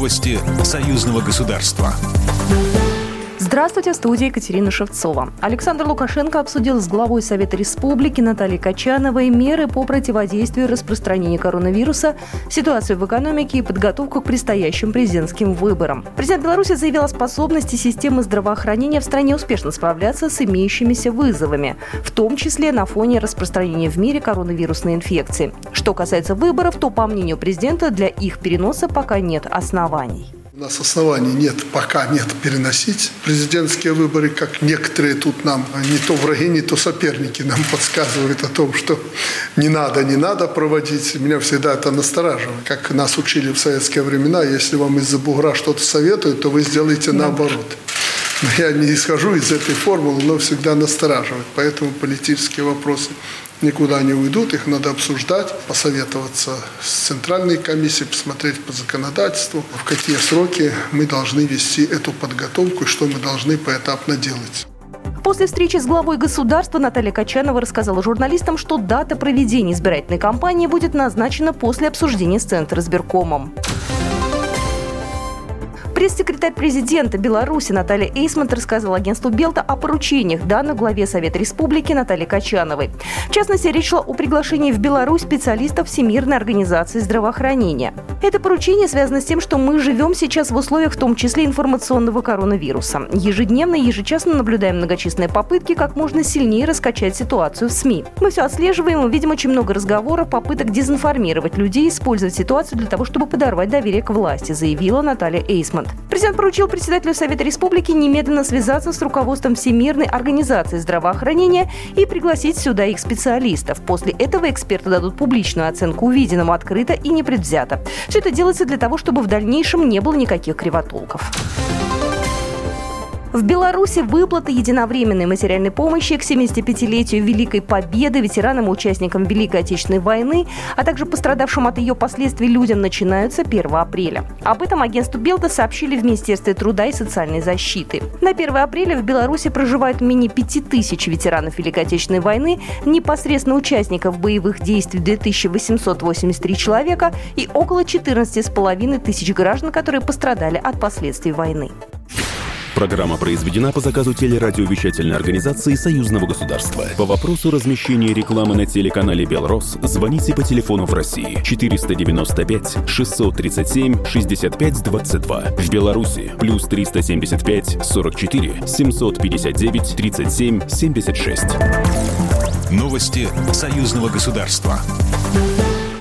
Новости союзного государства. Здравствуйте, в студии Екатерина Шевцова. Александр Лукашенко обсудил с главой Совета Республики Натальей Качановой меры по противодействию распространению коронавируса, ситуацию в экономике и подготовку к предстоящим президентским выборам. Президент Беларуси заявил о способности системы здравоохранения в стране успешно справляться с имеющимися вызовами, в том числе на фоне распространения в мире коронавирусной инфекции. Что касается выборов, то, по мнению президента, для их переноса пока нет оснований. У нас оснований нет, пока нет переносить президентские выборы, как некоторые тут нам, не то враги, не то соперники нам подсказывают о том, что не надо проводить. Меня всегда это настораживает. Как нас учили в советские времена, если вам из-за бугра что-то советуют, то вы сделаете наоборот. Но я не исхожу из этой формулы, но всегда настораживает. Поэтому политические вопросы никуда не уйдут, их надо обсуждать, посоветоваться с Центральной комиссией, посмотреть по законодательству, в какие сроки мы должны вести эту подготовку и что мы должны поэтапно делать. После встречи с главой государства Наталья Качанова рассказала журналистам, что дата проведения избирательной кампании будет назначена после обсуждения с Центризбиркомом. Пресс-секретарь президента Беларуси Наталья Эйсмонт рассказала агентству Белта о поручениях, данных главе Совета Республики Наталье Качановой. В частности, речь шла о приглашении в Беларусь специалистов Всемирной организации здравоохранения. Это поручение связано с тем, что мы живем сейчас в условиях, в том числе информационного коронавируса. Ежедневно и ежечасно наблюдаем многочисленные попытки как можно сильнее раскачать ситуацию в СМИ. Мы все отслеживаем и видим очень много разговоров, попыток дезинформировать людей, использовать ситуацию для того, чтобы подорвать доверие к власти, заявила Наталья Эйсмонт. Президент поручил председателю Совета Республики немедленно связаться с руководством Всемирной организации здравоохранения и пригласить сюда их специалистов. После этого эксперты дадут публичную оценку увиденному открыто и непредвзято. Все это делается для того, чтобы в дальнейшем не было никаких кривотолков. В Беларуси выплаты единовременной материальной помощи к 75-летию Великой Победы ветеранам и участникам Великой Отечественной войны, а также пострадавшим от ее последствий людям начинаются 1 апреля. Об этом агентству Белта сообщили в Министерстве труда и социальной защиты. На 1 апреля в Беларуси проживают менее 5000 ветеранов Великой Отечественной войны, непосредственно участников боевых действий 2883 человека и около 14,5 тысяч граждан, которые пострадали от последствий войны. Программа произведена по заказу телерадиовещательной организации Союзного государства. По вопросу размещения рекламы на телеканале «Белрос» звоните по телефону в России 495 637 65 22. В Беларуси плюс 375 44 759 37 76. Новости союзного государства.